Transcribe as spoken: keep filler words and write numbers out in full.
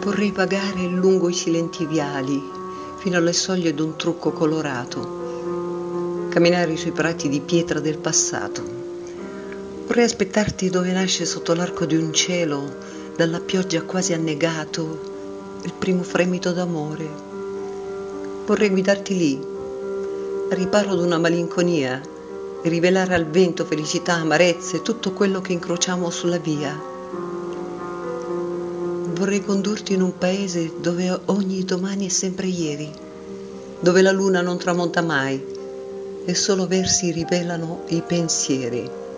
Vorrei vagare lungo i silenti viali, fino alle soglie d'un trucco colorato, camminare sui prati di pietra del passato. Vorrei aspettarti dove nasce sotto l'arco di un cielo, dalla pioggia quasi annegato, il primo fremito d'amore. Vorrei guidarti lì, al riparo d'una malinconia, e rivelare al vento felicità, amarezze, tutto quello che incrociamo sulla via. Vorrei condurti in un paese dove ogni domani è sempre ieri, dove la luna non tramonta mai e solo versi rivelano i pensieri.